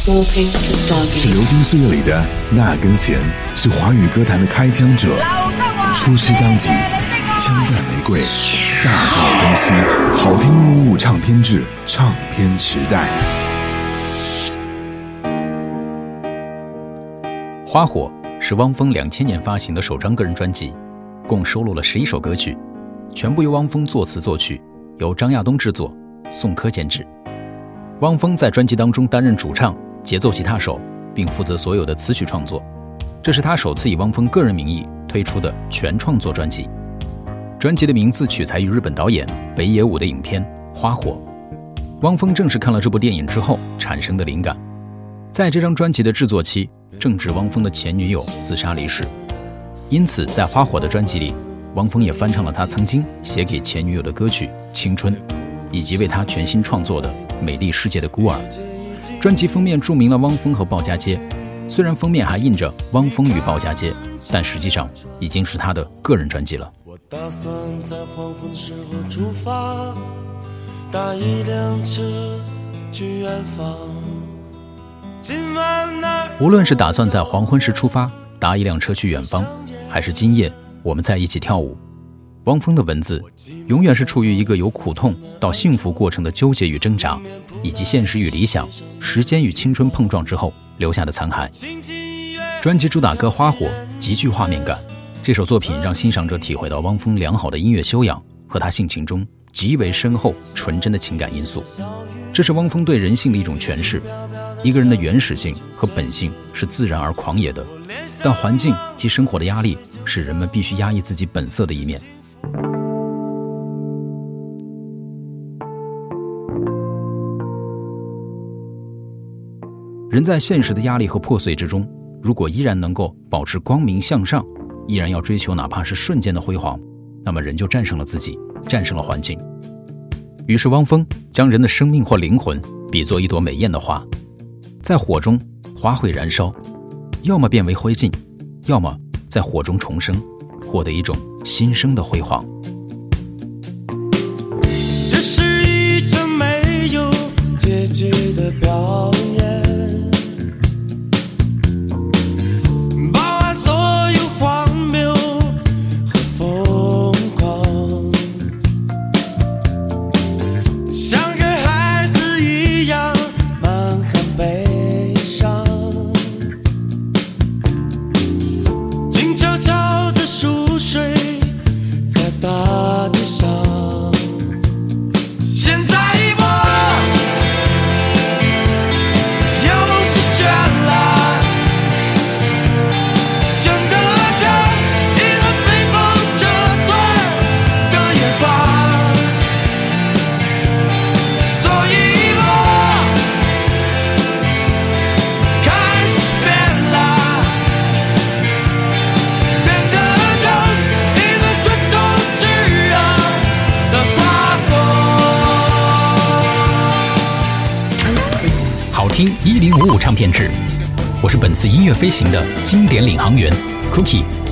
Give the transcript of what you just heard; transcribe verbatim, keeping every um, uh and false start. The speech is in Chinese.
是流金岁月里的那根弦，是华语歌坛的开疆者。出师当即，枪弹玫瑰，大道东西，好听一零五唱片志，唱片时代。 花火是汪峰两千年发行的首张个人专辑，共收录了十一首歌曲，全部由汪峰作词作曲，由张亚东制作，宋柯监制。汪峰在专辑当中担任主唱、节奏吉他手，并负责所有的词曲创作。这是他首次以汪峰个人名义推出的全创作专辑。专辑的名字取材于日本导演北野武的影片《花火》。汪峰正是看了这部电影之后产生的灵感。在这张专辑的制作期，正值汪峰的前女友自杀离世，因此在《花火》的专辑里，汪峰也翻唱了他曾经写给前女友的歌曲《青春》，以及为他全新创作的《美丽世界的孤儿》。专辑封面注明了汪峰和鲍家街，虽然封面还印着汪峰与鲍家街，但实际上已经是他的个人专辑了。 我打算在黄昏时候出发，搭一辆车去远方。今晚那无论是打算在黄昏时出发，搭一辆车去远方，还是今夜我们在一起跳舞，汪峰的文字永远是处于一个由苦痛到幸福过程的纠结与挣扎，以及现实与理想、时间与青春碰撞之后留下的残骸。专辑主打歌《花火》极具画面感，这首作品让欣赏者体会到汪峰良好的音乐修养和他性情中极为深厚纯真的情感因素。这是汪峰对人性的一种诠释。一个人的原始性和本性是自然而狂野的，但环境及生活的压力使人们必须压抑自己本色的一面。人在现实的压力和破碎之中，如果依然能够保持光明向上，依然要追求哪怕是瞬间的辉煌，那么人就战胜了自己，战胜了环境。于是汪峰将人的生命或灵魂比作一朵美艳的花，在火中花会燃烧，要么变为灰烬，要么在火中重生，获得一种新生的辉煌。 这是一场没有结局的表演，包含所有荒谬和疯狂，像个孩子一样满含悲伤，静悄悄地熟睡在大地上。现在我又是倦了，真的像一个被风折断的野花，所以我开始变了，变得像一个滚动炙热的花火。 好听一零五五唱片志，我是本次音乐飞行的经典领航员 Cookie。